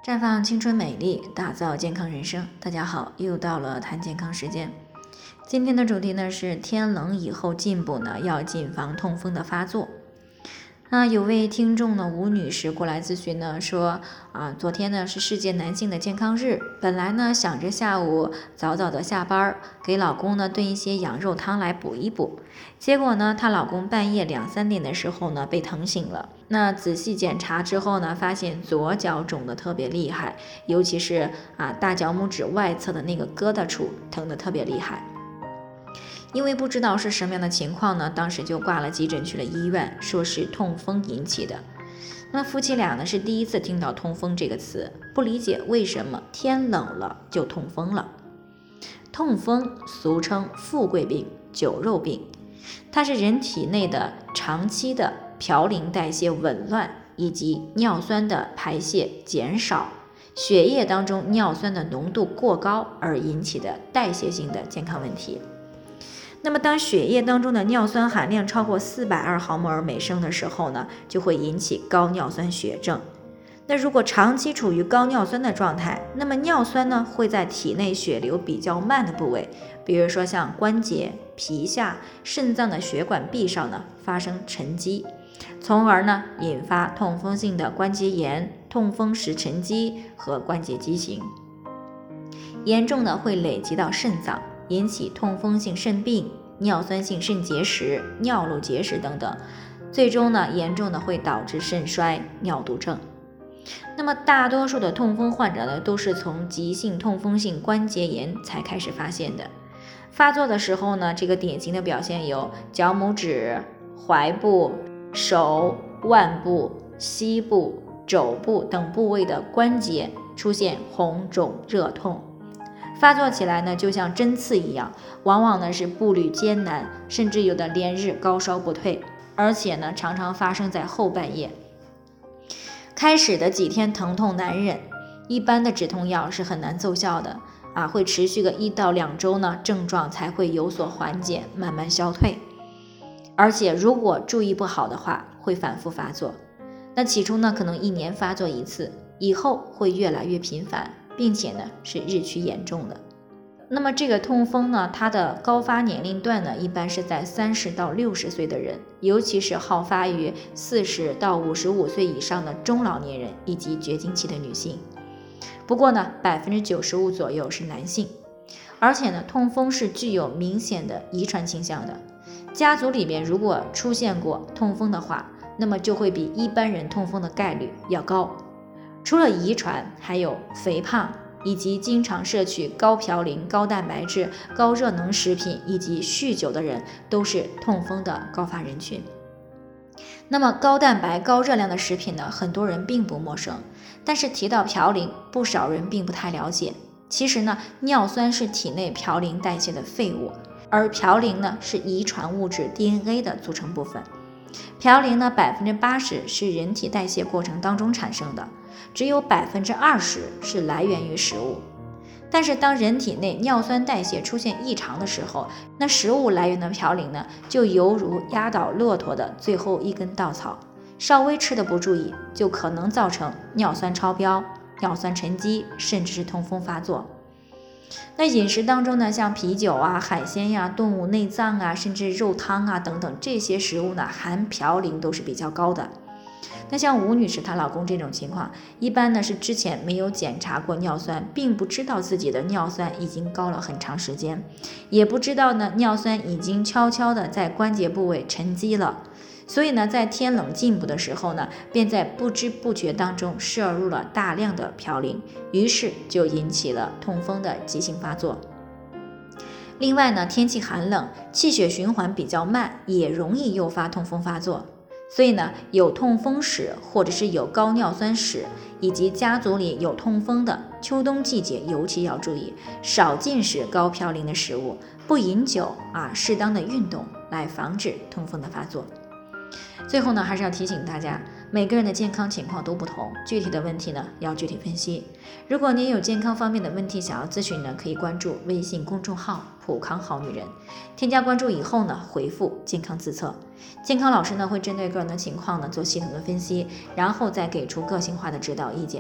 绽放青春美丽，打造健康人生。大家好，又到了谈健康时间。今天的主题呢是天冷以后进补呢要谨防痛风的发作。有位听众呢吴女士过来咨询呢说昨天呢是世界男性的健康日，本来呢想着下午早早的下班，给老公呢炖一些羊肉汤来补一补，结果呢她老公半夜2、3点的时候呢被疼醒了。那仔细检查之后呢，发现左脚肿得特别厉害，尤其是大脚拇指外侧的那个疙瘩处疼得特别厉害。因为不知道是什么样的情况呢，当时就挂了急诊去了医院，说是痛风引起的。那夫妻俩呢是第一次听到痛风这个词，不理解为什么天冷了就痛风了。痛风俗称富贵病、酒肉病，它是人体内的长期的嘌呤代谢紊乱以及尿酸的排泄减少，血液当中尿酸的浓度过高而引起的代谢性的健康问题。那么当血液当中的尿酸含量超过420毫摩尔每升的时候呢，就会引起高尿酸血症。那如果长期处于高尿酸的状态，那么尿酸呢会在体内血流比较慢的部位，比如说像关节、皮下、肾脏的血管壁上呢发生沉积，从而呢引发痛风性的关节炎、痛风石沉积和关节畸形。严重的会累积到肾脏，引起痛风性肾病、尿酸性肾结石、尿路结石等等，最终呢严重的会导致肾衰、尿毒症。那么大多数的痛风患者呢都是从急性痛风性关节炎才开始发现的。发作的时候呢，这个典型的表现有脚拇指、踝部、手、腕部、膝部、肘部等部位的关节出现红肿热痛，发作起来呢就像针刺一样，往往呢是步履艰难，甚至有的连日高烧不退，而且呢常常发生在后半夜。开始的几天疼痛难忍，一般的止痛药是很难奏效的会持续个1到2周呢，症状才会有所缓解，慢慢消退。而且如果注意不好的话，会反复发作。那起初呢可能1年发作1次，以后会越来越频繁，并且呢是日趋严重的。那么这个痛风呢，它的高发年龄段呢，一般是在30到60岁的人，尤其是好发于40到55岁以上的中老年人以及绝经期的女性。不过呢，95%左右是男性，而且呢，痛风是具有明显的遗传倾向的。家族里面如果出现过痛风的话，那么就会比一般人痛风的概率要高。除了遗传，还有肥胖以及经常摄取高嘌呤、高蛋白质、高热能食品以及酗酒的人都是痛风的高发人群。那么高蛋白、高热量的食品呢，很多人并不陌生，但是提到嘌呤，不少人并不太了解。其实呢，尿酸是体内嘌呤代谢的废物，而嘌呤呢是遗传物质 DNA 的组成部分。嘌呤呢80%是人体代谢过程当中产生的，只有20%是来源于食物。但是当人体内尿酸代谢出现异常的时候，那食物来源的嘌呤呢就犹如压倒骆驼的最后一根稻草，稍微吃的不注意，就可能造成尿酸超标、尿酸沉积，甚至是痛风发作。那饮食当中呢，像啤酒海鲜动物内脏甚至肉汤等等，这些食物呢含嘌呤都是比较高的。那像吴女士她老公这种情况，一般呢是之前没有检查过尿酸，并不知道自己的尿酸已经高了很长时间，也不知道呢尿酸已经悄悄的在关节部位沉积了。所以呢，在天冷进补的时候呢，便在不知不觉当中摄入了大量的嘌呤，于是就引起了痛风的急性发作。另外呢，天气寒冷，气血循环比较慢，也容易诱发痛风发作。所以呢，有痛风史或者是有高尿酸史，以及家族里有痛风的，秋冬季节尤其要注意少进食高嘌呤的食物，不饮酒适当的运动，来防止痛风的发作。最后呢，还是要提醒大家，每个人的健康情况都不同，具体的问题呢要具体分析。如果您有健康方面的问题想要咨询呢，可以关注微信公众号普康好女人，添加关注以后呢，回复健康自测，健康老师呢会针对个人的情况呢做系统的分析，然后再给出个性化的指导意见。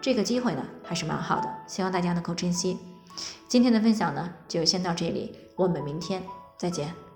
这个机会呢还是蛮好的，希望大家能够珍惜。今天的分享呢就先到这里，我们明天再见。